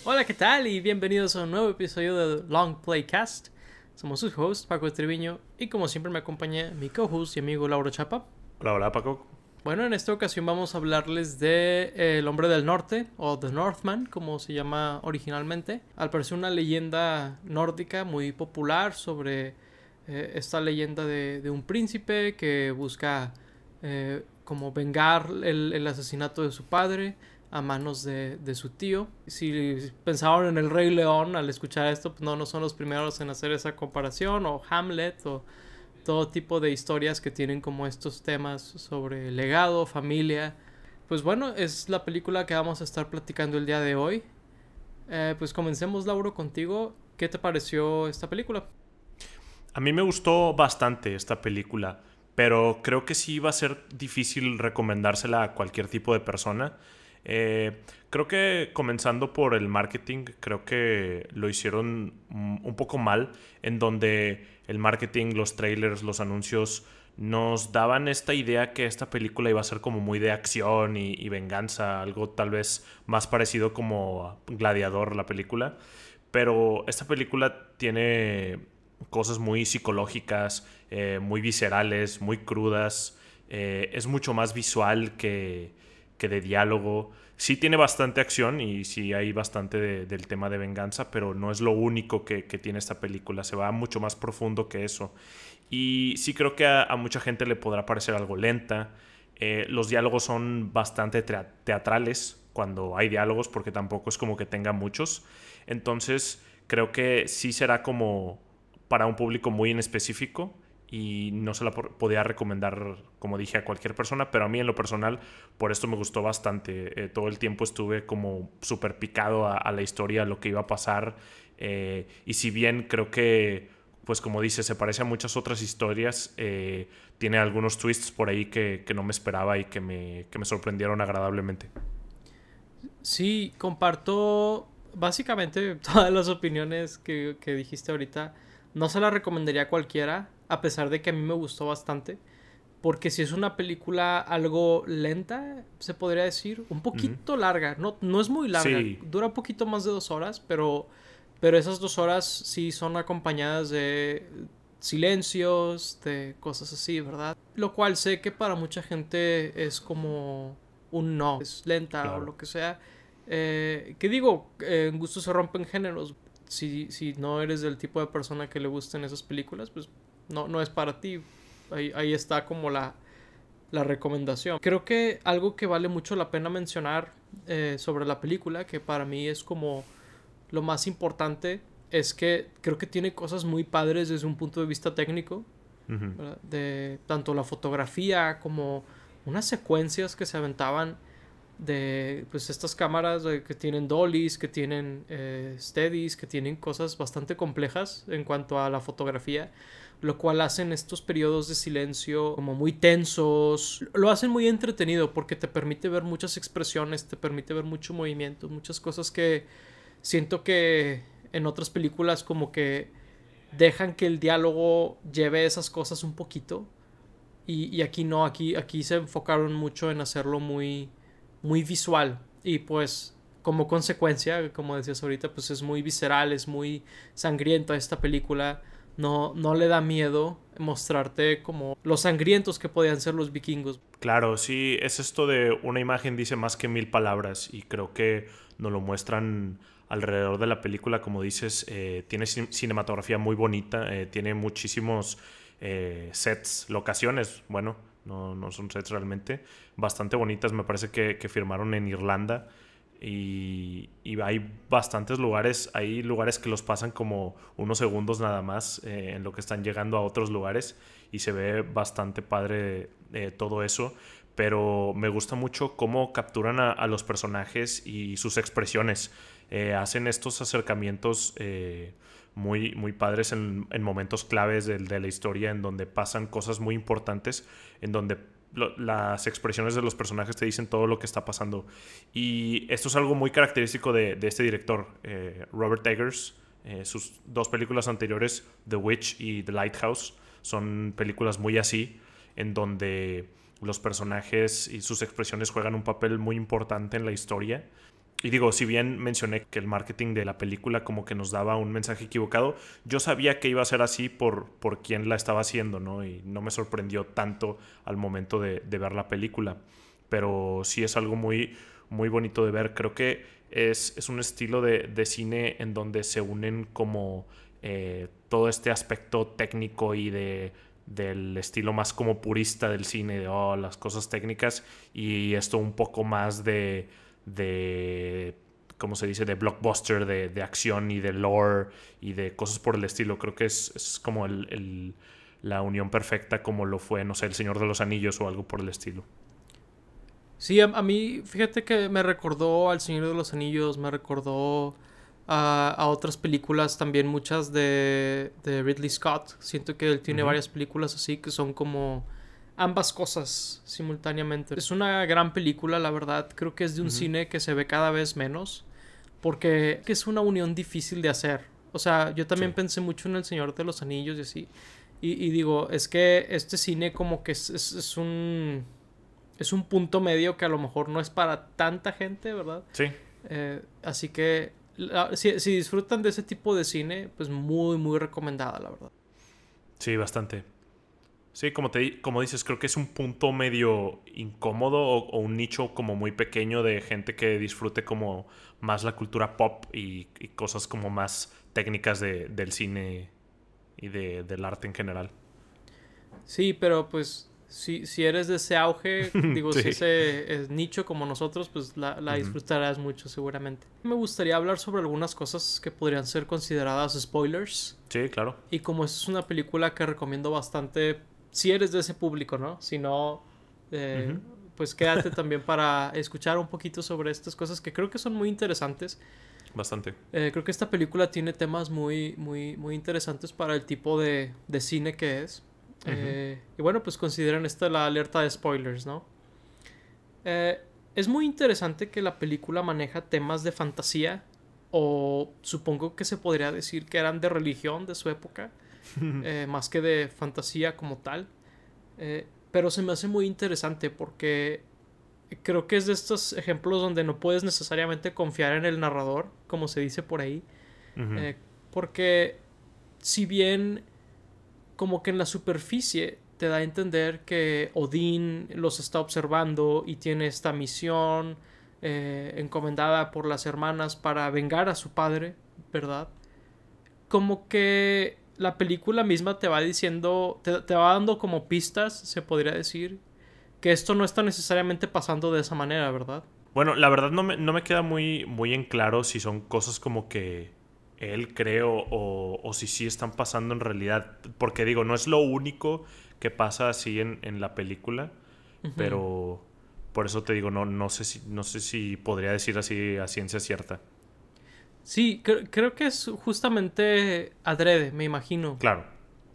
Hola, ¿qué tal? Y bienvenidos a un nuevo episodio de Long Playcast. Somos sus hosts, Paco Estriviño, y como siempre me acompaña mi co-host y amigo Lauro Chapa. Hola, hola Paco. Bueno, en esta ocasión vamos a hablarles de El Hombre del Norte, o The Northman, como se llama originalmente. Al parecer una leyenda nórdica muy popular sobre esta leyenda de un príncipe que busca como vengar el asesinato de su padre a manos de su tío. Si pensaron en el Rey León al escuchar esto, pues no son los primeros en hacer esa comparación, o Hamlet, o todo tipo de historias que tienen como estos temas sobre legado, familia. Pues bueno, es la película que vamos a estar platicando el día de hoy. Pues comencemos, Lauro, contigo. ¿Qué te pareció esta película? A mí me gustó bastante esta película, pero creo que sí va a ser difícil recomendársela a cualquier tipo de persona. Creo que comenzando por el marketing, creo que lo hicieron un poco mal, en donde el marketing, los trailers, los anuncios nos daban esta idea que esta película iba a ser como muy de acción y venganza, algo tal vez más parecido como a Gladiador, la película. Pero esta película tiene cosas muy psicológicas, muy viscerales, muy crudas. Es mucho más visual que de diálogo. Sí tiene bastante acción y sí hay bastante del tema de venganza, pero no es lo único que tiene esta película. Se va mucho más profundo que eso. Y sí creo que a mucha gente le podrá parecer algo lenta. Los diálogos son bastante teatrales cuando hay diálogos, porque tampoco es como que tenga muchos. Entonces creo que sí será como para un público muy en específico y no se la podía recomendar, como dije, a cualquier persona, pero a mí en lo personal por esto me gustó bastante. Todo el tiempo estuve como súper picado a la historia, a lo que iba a pasar, y si bien creo que, pues como dice, se parece a muchas otras historias, tiene algunos twists por ahí que no me esperaba y que me sorprendieron agradablemente. Sí, comparto básicamente todas las opiniones que dijiste ahorita. No se la recomendaría a cualquiera, a pesar de que a mí me gustó bastante. Porque si es una película algo lenta, se podría decir, un Ujú. poquito larga. No es muy larga, Sí, dura un poquito más de 2 horas, pero esas 2 horas sí son acompañadas de silencios, de cosas así, ¿verdad? Lo cual sé que para mucha gente es como un no, es lenta o claro. lo que sea. Que digo, en gusto se rompen géneros. Si no eres del tipo de persona que le gusten esas películas, pues no es para ti. Ahí está como la recomendación. Creo que algo que vale mucho la pena mencionar sobre la película, que para mí es como lo más importante, es que creo que tiene cosas muy padres desde un punto de vista técnico, Ujú. ¿verdad? De tanto la fotografía como unas secuencias que se aventaban de pues estas cámaras que tienen dollies, que tienen steadies, que tienen cosas bastante complejas en cuanto a la fotografía, lo cual hacen estos periodos de silencio como muy tensos, lo hacen muy entretenido porque te permite ver muchas expresiones, te permite ver mucho movimiento, muchas cosas que siento que en otras películas como que dejan que el diálogo lleve esas cosas un poquito y aquí no, aquí se enfocaron mucho en hacerlo muy visual. Y pues, como consecuencia, como decías ahorita, pues es muy visceral, es muy sangrienta esta película. No le da miedo mostrarte como los sangrientos que podían ser los vikingos. Claro, sí, es esto de una imagen dice más que mil palabras y creo que nos lo muestran alrededor de la película, como dices, tiene cinematografía muy bonita, tiene muchísimos sets, locaciones, bueno, no son sets realmente, bastante bonitas, me parece que firmaron en Irlanda y hay bastantes lugares, hay lugares que los pasan como unos segundos nada más en lo que están llegando a otros lugares y se ve bastante padre todo eso, pero me gusta mucho cómo capturan a los personajes y sus expresiones. Hacen estos acercamientos muy padres en momentos claves de la historia, en donde pasan cosas muy importantes, en donde las expresiones de los personajes te dicen todo lo que está pasando. Y esto es algo muy característico de este director, Robert Eggers. Sus dos películas anteriores, The Witch y The Lighthouse, son películas muy así, en donde los personajes y sus expresiones juegan un papel muy importante en la historia. Y digo, si bien mencioné que el marketing de la película como que nos daba un mensaje equivocado, yo sabía que iba a ser así por quién la estaba haciendo, ¿no? Y no me sorprendió tanto al momento de ver la película. Pero sí es algo muy, muy bonito de ver. Creo que es un estilo de cine en donde se unen como todo este aspecto técnico y del estilo más como purista del cine, de las cosas técnicas, y esto un poco más de ¿cómo se dice? De blockbuster, de acción y de lore y de cosas por el estilo. Creo que es como la unión perfecta, como lo fue, no sé, El Señor de los Anillos o algo por el estilo. Sí, a mí, fíjate que me recordó al Señor de los Anillos, me recordó a otras películas también, muchas de Ridley Scott. Siento que él tiene Ujú. varias películas así que son como ambas cosas simultáneamente. Es una gran película, la verdad. Creo que es de un Ujú. cine que se ve cada vez menos porque que es una unión difícil de hacer. O sea, yo también Sí. pensé mucho en El Señor de los Anillos y así. Y digo, es que este cine como que es un punto medio que a lo mejor no es para tanta gente, ¿verdad? Sí. Así que si disfrutan de ese tipo de cine, pues muy, muy recomendada, la verdad. Sí, bastante. Sí, como dices, creo que es un punto medio incómodo o un nicho como muy pequeño de gente que disfrute como más la cultura pop y cosas como más técnicas del cine y del arte en general. Sí, pero pues si eres de ese auge, digo, si Sí. ese es nicho como nosotros, pues la Ujú. disfrutarás mucho seguramente. Me gustaría hablar sobre algunas cosas que podrían ser consideradas spoilers. Sí, claro. Y como es una película que recomiendo bastante, si eres de ese público, ¿no? Si no, eh, Ujú. pues quédate también para escuchar un poquito sobre estas cosas que creo que son muy interesantes. Bastante. Creo que esta película tiene temas muy, muy, muy interesantes para el tipo de cine que es. Ujú. Y bueno, pues consideren esta la alerta de spoilers, ¿no? Eh, es muy interesante que la película maneja temas de fantasía, o supongo que se podría decir que eran de religión de su época, más que de fantasía como tal. Pero se me hace muy interesante porque creo que es de estos ejemplos donde no puedes necesariamente confiar en el narrador, como se dice por ahí. Ujú. Porque si bien como que en la superficie te da a entender que Odín los está observando y tiene esta misión encomendada por las hermanas para vengar a su padre, ¿verdad? Como que la película misma te va diciendo, te va dando como pistas, se podría decir, que esto no está necesariamente pasando de esa manera, ¿verdad? Bueno, la verdad no me queda muy, muy en claro si son cosas como que él cree o si sí están pasando en realidad. Porque digo, no es lo único que pasa así en la película, Ujú. pero por eso te digo, no sé si podría decir así a ciencia cierta. Sí, creo que es justamente adrede, me imagino, Claro.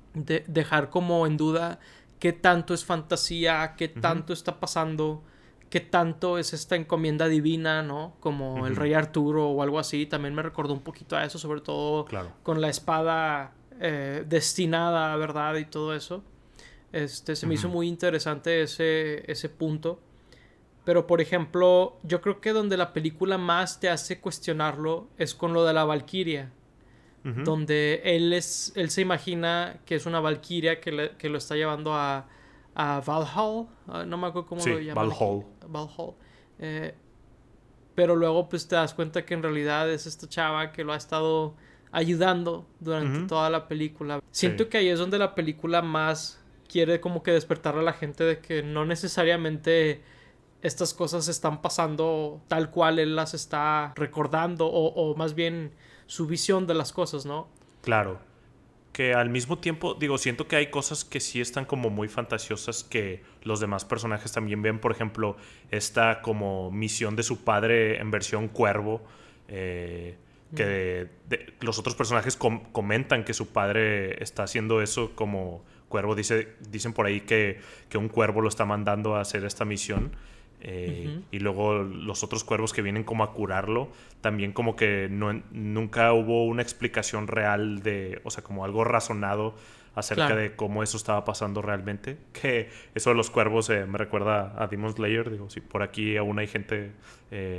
dejar como en duda qué tanto es fantasía, qué Ujú. tanto está pasando, qué tanto es esta encomienda divina, ¿no? Como el Ujú. rey Arturo o algo así. También me recordó un poquito a eso, sobre todo Claro. con la espada destinada, ¿verdad? Y todo eso. Se me hizo Ujú. muy interesante ese punto. Pero, por ejemplo, yo creo que donde la película más te hace cuestionarlo es con lo de la Valquiria, Ujú. donde él se imagina que es una Valquiria que lo está llevando a Valhall, no me acuerdo cómo lo Sí, llaman aquí, Valhall. Valhall. Eh, pero luego pues te das cuenta que en realidad es esta chava que lo ha estado ayudando durante Ujú. toda la película. Sí. Siento que ahí es donde la película más quiere como que despertar a la gente de que no necesariamente estas cosas están pasando tal cual él las está recordando, o más bien su visión de las cosas, ¿no? Claro. Que al mismo tiempo, digo, siento que hay cosas que sí están como muy fantasiosas que los demás personajes también ven. Por ejemplo, esta como misión de su padre en versión cuervo, que Mm. los otros personajes comentan que su padre está haciendo eso como cuervo. Dicen por ahí que un cuervo lo está mandando a hacer esta misión. Ujú. Y luego los otros cuervos que vienen como a curarlo, también como que nunca hubo una explicación real o sea, como algo razonado acerca Claro. de cómo eso estaba pasando realmente. Que eso de los cuervos me recuerda a Demon Slayer. Digo, si por aquí aún hay gente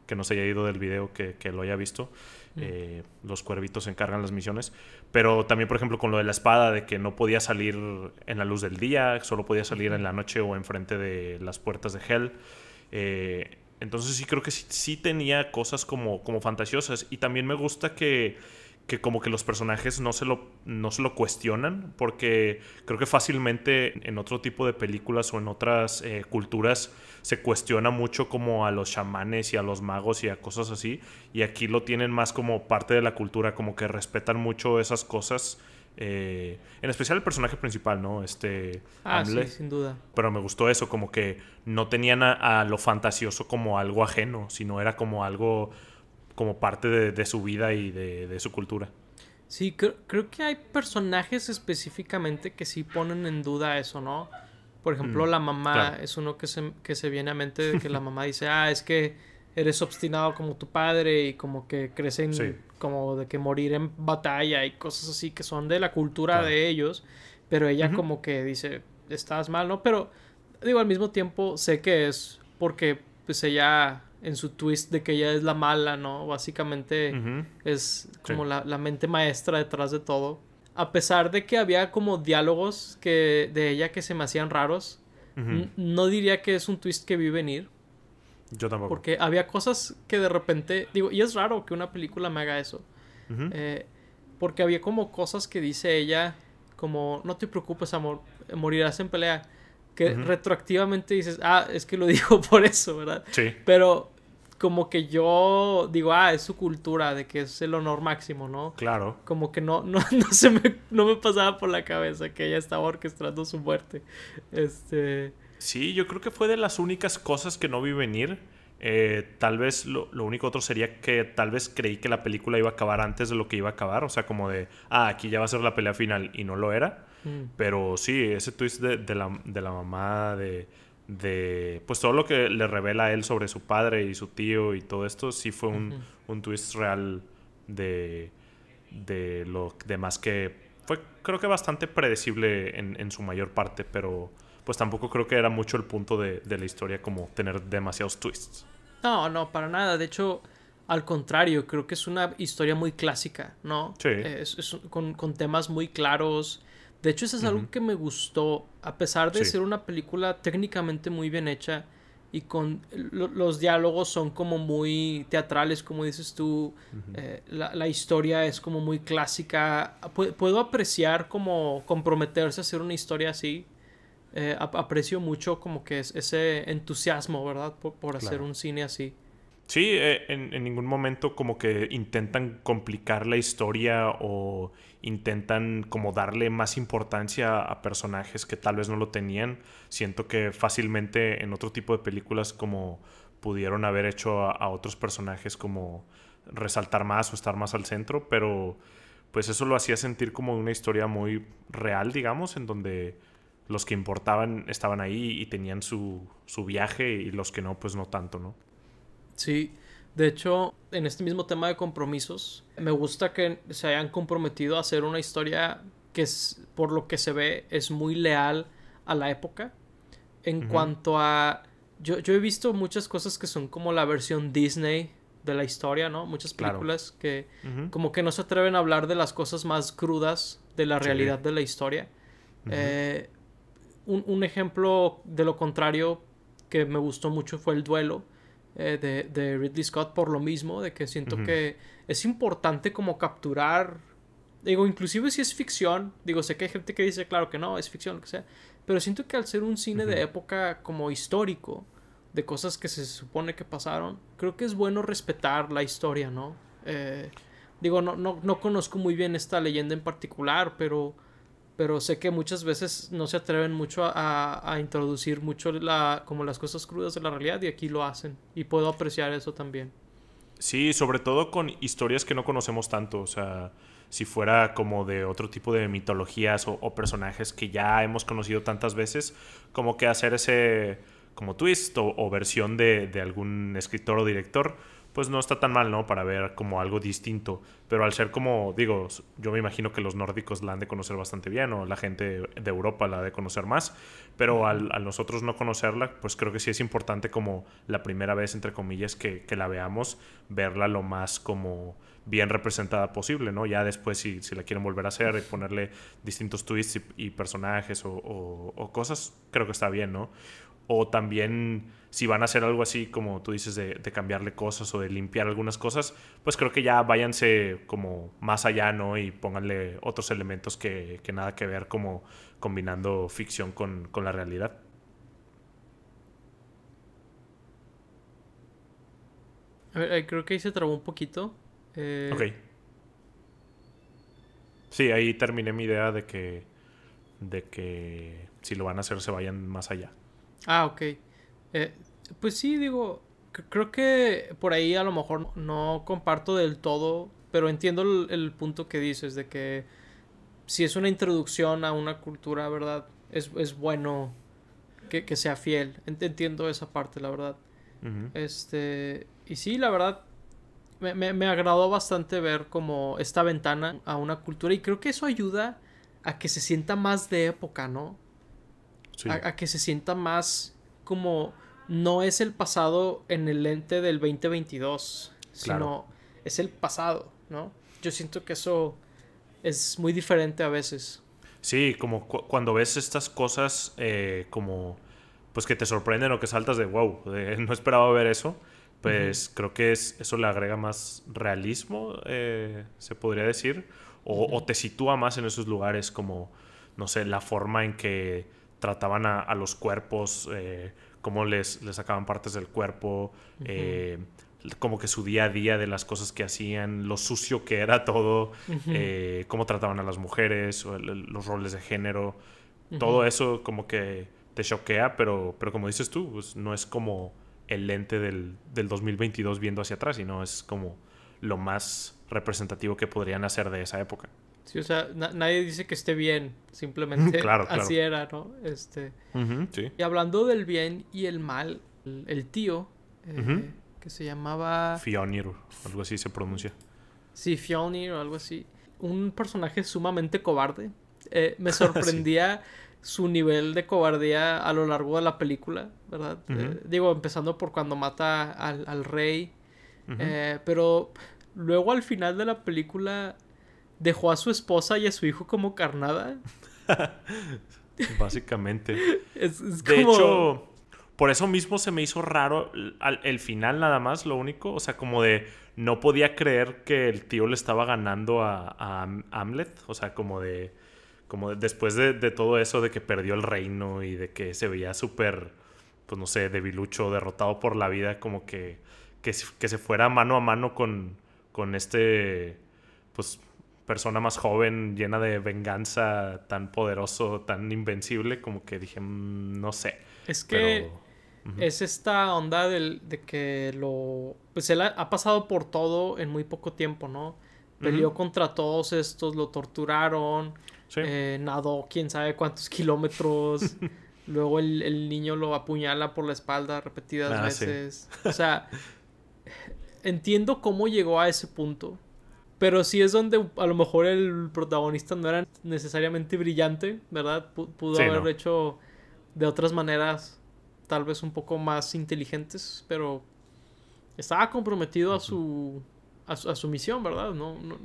que no se haya ido del video que lo haya visto. Los cuervitos se encargan las misiones. Pero también, por ejemplo, con lo de la espada, de que no podía salir en la luz del día, solo podía salir en la noche o enfrente de las puertas de Hell. Entonces sí creo que sí tenía cosas como fantasiosas. Y también me gusta que como que los personajes no se lo cuestionan, porque creo que fácilmente en otro tipo de películas o en otras culturas se cuestiona mucho como a los chamanes y a los magos y a cosas así, y aquí lo tienen más como parte de la cultura, como que respetan mucho esas cosas, en especial el personaje principal, ¿no? Hamlet. Sí, sin duda. Pero me gustó eso, como que no tenían a lo fantasioso como algo ajeno, sino era como algo como parte de su vida y de su cultura. Sí, creo que hay personajes específicamente que sí ponen en duda eso, ¿no? Por ejemplo, la mamá claro. es uno que se viene a mente, de que la mamá dice, es que eres obstinado como tu padre y como que crecen Sí. como de que morir en batalla y cosas así que son de la cultura Claro. de ellos, pero ella como que dice, estás mal, ¿no? Pero digo, al mismo tiempo sé que es porque pues ella en su twist de que ella es la mala, ¿no? Básicamente es como Sí. la mente maestra detrás de todo. A pesar de que había como diálogos de ella que se me hacían raros, no diría que es un twist que vi venir. Yo tampoco. Porque había cosas que de repente... Digo, y es raro que una película me haga eso. Porque había como cosas que dice ella, como, no te preocupes, amor, morirás en pelea. Que retroactivamente dices, es que lo dijo por eso, ¿verdad? Sí. Pero como que yo digo, es su cultura, de que es el honor máximo, ¿no? Claro. Como que no me pasaba por la cabeza que ella estaba orquestando su muerte. Sí, yo creo que fue de las únicas cosas que no vi venir. Tal vez lo único otro sería que tal vez creí que la película iba a acabar antes de lo que iba a acabar. O sea, como de, aquí ya va a ser la pelea final, y no lo era. Pero sí, ese twist de la mamá, pues todo lo que le revela a él sobre su padre y su tío y todo esto, sí fue un twist real de lo demás, que fue, creo que bastante predecible en su mayor parte, pero pues tampoco creo que era mucho el punto de la historia, como tener demasiados twists. No, para nada. De hecho, al contrario, creo que es una historia muy clásica, ¿no? Sí. Es con temas muy claros. De hecho, eso es algo que me gustó. A pesar de Sí. ser una película técnicamente muy bien hecha y con los diálogos son como muy teatrales, como dices tú. La historia es como muy clásica. Puedo apreciar como comprometerse a hacer una historia así. Aprecio mucho como que es ese entusiasmo, ¿verdad? Por hacer Claro. un cine así. Sí, en ningún momento como que intentan complicar la historia o intentan como darle más importancia a personajes que tal vez no lo tenían. Siento que fácilmente en otro tipo de películas como pudieron haber hecho a otros personajes como resaltar más o estar más al centro, pero pues eso lo hacía sentir como una historia muy real, digamos, en donde los que importaban estaban ahí y tenían su viaje, y los que no, pues no tanto, ¿no? Sí, de hecho, en este mismo tema de compromisos, me gusta que se hayan comprometido a hacer una historia que es, por lo que se ve, es muy leal a la época. En cuanto a... Yo he visto muchas cosas que son como la versión Disney de la historia, ¿no? Muchas Claro. películas que como que no se atreven a hablar de las cosas más crudas de la realidad de la historia. Un ejemplo de lo contrario que me gustó mucho fue El Duelo de Ridley Scott, por lo mismo, de que siento que es importante como capturar, digo, inclusive si es ficción, digo, sé que hay gente que dice, claro que no, es ficción, lo que sea, pero siento que al ser un cine de época como histórico, de cosas que se supone que pasaron, creo que es bueno respetar la historia, ¿no? Digo, no conozco muy bien esta leyenda en particular, pero sé que muchas veces no se atreven mucho a introducir mucho como las cosas crudas de la realidad, y aquí lo hacen. Y puedo apreciar eso también. Sí, sobre todo con historias que no conocemos tanto. O sea, si fuera como de otro tipo de mitologías o personajes que ya hemos conocido tantas veces, como que hacer ese como twist o versión de algún escritor o director, pues no está tan mal, ¿no? Para ver como algo distinto. Pero al ser como, digo, yo me imagino que los nórdicos la han de conocer bastante bien, o la gente de Europa la ha de conocer más. Pero al nosotros no conocerla, pues creo que sí es importante como la primera vez, entre comillas, que la veamos, verla lo más como bien representada posible, ¿no? Ya después si la quieren volver a hacer y ponerle distintos twists y personajes o cosas, creo que está bien, ¿no? O también si van a hacer algo así como tú dices de cambiarle cosas o de limpiar algunas cosas, pues creo que ya váyanse como más allá, ¿no? Y pónganle otros elementos que nada que ver, como combinando ficción con la realidad. A ver, creo que ahí se trabó un poquito. Ok. Sí, ahí terminé mi idea de que si lo van a hacer se vayan más allá. Ok. Pues sí, digo, creo que por ahí a lo mejor no comparto del todo, pero entiendo el punto que dices de que si es una introducción a una cultura, ¿verdad? Es bueno que sea fiel. Entiendo esa parte, la verdad. Ujú. Y sí, la verdad, me agradó bastante ver como esta ventana a una cultura y creo que eso ayuda a que se sienta más de época, ¿no? Sí, A que se sienta más como no es el pasado en el lente del 2022, claro. sino es el pasado, ¿no? Yo siento que eso es muy diferente a veces. Sí, como cuando ves estas cosas como pues que te sorprenden o que saltas de wow, no esperaba ver eso, Ujú, pues creo que eso le agrega más realismo, se podría decir, o ujú, te sitúa más en esos lugares como, no sé, la forma en que trataban a los cuerpos, cómo les sacaban partes del cuerpo, ujú, eh, como que su día a día de las cosas que hacían, lo sucio que era todo, ujú, cómo trataban a las mujeres, o los roles de género, todo ujú. eso como que te choquea, pero como dices tú, pues no es como el lente del 2022 viendo hacia atrás, sino es como lo más representativo que podrían hacer de esa época. Sí, o sea, nadie dice que esté bien, simplemente Claro, claro. así era, ¿no? Ujú, sí. Y hablando del bien y el mal, el tío, Ujú. que se llamaba, Fionir, algo así se pronuncia. sí, Fjolnir o algo así, un personaje sumamente cobarde. Me Sí. sorprendía su nivel de cobardía a lo largo de la película, ¿verdad? Ujú, Digo, empezando por cuando mata al rey, ujú. pero luego al final de la película dejó a su esposa y a su hijo como carnada. Básicamente. Es De como... hecho, por eso mismo se me hizo raro el final nada más, lo único. O sea, como de no podía creer que el tío le estaba ganando a Hamlet. O sea, después de todo eso, de que perdió el reino y de que se veía súper, pues no sé, debilucho, derrotado por la vida, como que se fuera mano a mano con pues, persona más joven, llena de venganza, tan poderoso, tan invencible, como que dije, no sé, Es que pero... ujú, es esta onda de que lo... Pues él ha pasado por todo en muy poco tiempo, ¿no? ujú, Peleó contra todos estos, lo torturaron, sí, nadó quién sabe cuántos kilómetros, luego el niño lo apuñala por la espalda repetidas ah, sí, veces. O sea, entiendo cómo llegó a ese punto, pero sí es donde a lo mejor el protagonista no era necesariamente brillante, ¿verdad? Pudo sí, haber no. hecho de otras maneras tal vez un poco más inteligentes, pero estaba comprometido a Ujú. su misión, ¿verdad?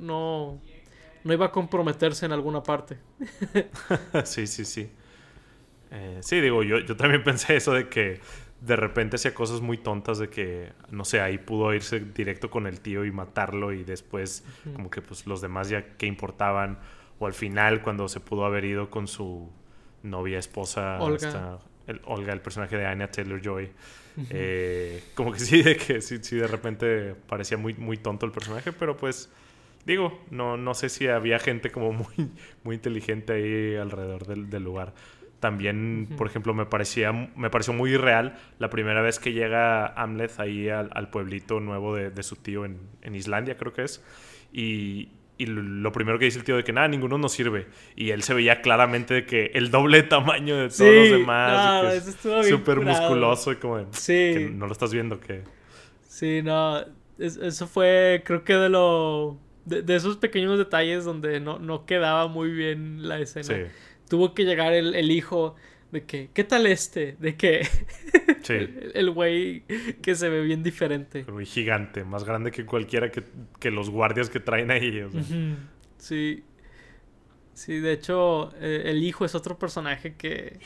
No iba a comprometerse en alguna parte. Sí, sí, sí. Sí, digo, yo también pensé eso de que de repente hacía cosas muy tontas de que, no sé, ahí pudo irse directo con el tío y matarlo y después Ujú. como que pues los demás ya qué importaban. O al final cuando se pudo haber ido con su novia, esposa, Olga. Olga, el personaje de Anya Taylor-Joy. Ujú. Como que sí, de que sí, de repente parecía muy, muy tonto el personaje, pero pues digo, no sé si había gente como muy, muy inteligente ahí alrededor del lugar. También, Ujú. por ejemplo, me pareció muy irreal la primera vez que llega Amleth ahí al pueblito nuevo de su tío en Islandia, creo que es. Y lo primero que dice el tío de que nada, ninguno nos sirve. Y él se veía claramente de que el doble de tamaño de todos los Sí, demás y que no, es eso estuvo bien súper curado. musculoso y como que Sí, no lo estás viendo que... sí, no. Eso fue, creo que de esos pequeños detalles donde no quedaba muy bien la escena. Sí. Tuvo que llegar el hijo de que, ¿qué tal este? De que Sí. el güey que se ve bien diferente. Muy gigante, más grande que cualquiera que los guardias que traen ahí. O sea. Sí. Sí, de hecho, el hijo es otro personaje que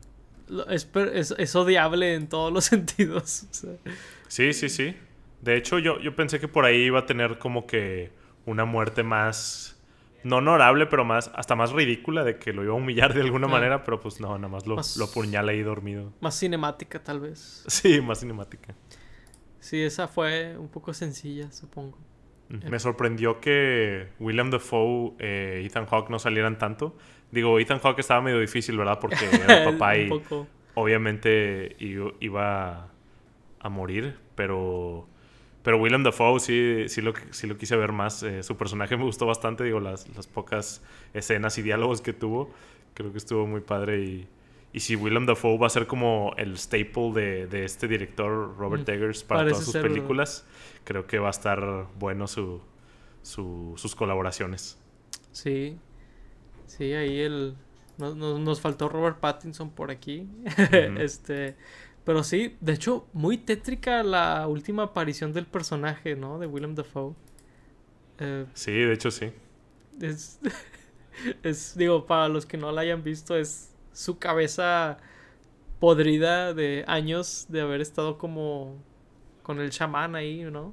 es odiable en todos los sentidos. O sea. Sí. De hecho, yo pensé que por ahí iba a tener como que una muerte más... No honorable, pero hasta más ridícula, de que lo iba a humillar de alguna manera, pero pues no, nada más lo apuñala ahí dormido. Más cinemática, tal vez. Sí, más cinemática. Sí, esa fue un poco sencilla, supongo. Me sorprendió que Willem Dafoe e Ethan Hawke no salieran tanto. Digo, Ethan Hawke estaba medio difícil, ¿verdad? Porque era el papá y obviamente iba a morir, pero Willem Dafoe sí lo quise ver más. Su personaje me gustó bastante, digo, las pocas escenas y diálogos que tuvo. Creo que estuvo muy padre y si Willem Dafoe va a ser como el staple de este director, Robert Eggers, para todas sus películas, creo que va a estar bueno sus colaboraciones. Sí, ahí nos faltó Robert Pattinson por aquí. Pero sí, de hecho, muy tétrica la última aparición del personaje, ¿no? De Willem Dafoe. Sí, de hecho sí. Digo, para los que no la hayan visto, es su cabeza podrida de años de haber estado como con el chamán ahí, ¿no?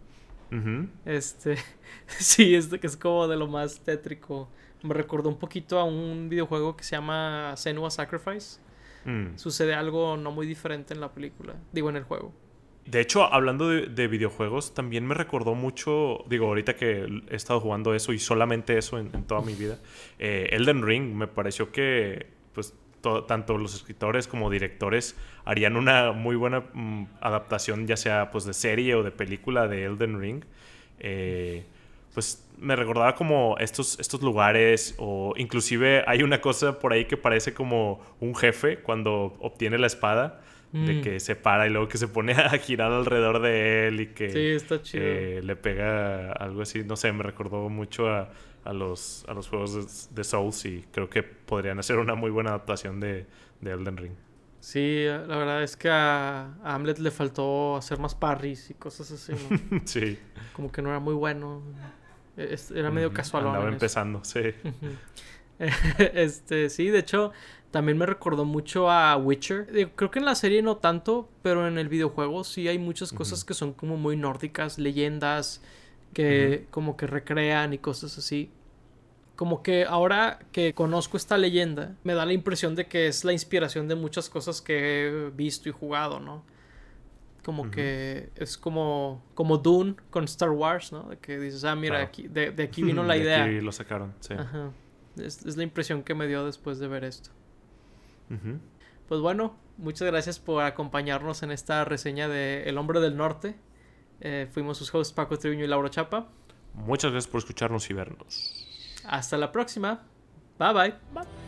Sí, es como de lo más tétrico. Me recordó un poquito a un videojuego que se llama Senua's Sacrifice. Sucede algo no muy diferente en la película. Digo, en el juego. De hecho, hablando de videojuegos, también me recordó mucho... Digo, ahorita que he estado jugando eso y solamente eso en toda mi vida. Elden Ring, me pareció que... Pues tanto los escritores como directores harían una muy buena adaptación, ya sea pues de serie o de película de Elden Ring. Pues me recordaba como estos lugares, o inclusive hay una cosa por ahí que parece como un jefe cuando obtiene la espada, de que se para y luego que se pone a girar alrededor de él y que sí, está chido. Le pega algo así. No sé, me recordó mucho a los juegos de Souls y creo que podrían hacer una muy buena adaptación de Elden Ring. Sí, la verdad es que a Hamlet le faltó hacer más parries y cosas así, ¿no? Sí. Como que no era muy bueno. Era medio casual. Andaba empezando, sí. Sí, de hecho, también me recordó mucho a Witcher. Creo que en la serie no tanto, pero en el videojuego sí hay muchas cosas que son como muy nórdicas, leyendas que como que recrean y cosas así. Como que ahora que conozco esta leyenda, me da la impresión de que es la inspiración de muchas cosas que he visto y jugado, ¿no? Como que es como Dune con Star Wars, ¿no? De que dices, mira, Claro. aquí, de aquí vino la idea. Aquí lo sacaron, sí. Ajá. Es la impresión que me dio después de ver esto. Pues bueno, muchas gracias por acompañarnos en esta reseña de El Hombre del Norte. Fuimos sus hosts Paco Triviño y Lauro Chapa. Muchas gracias por escucharnos y vernos. Hasta la próxima. Bye bye. Bye.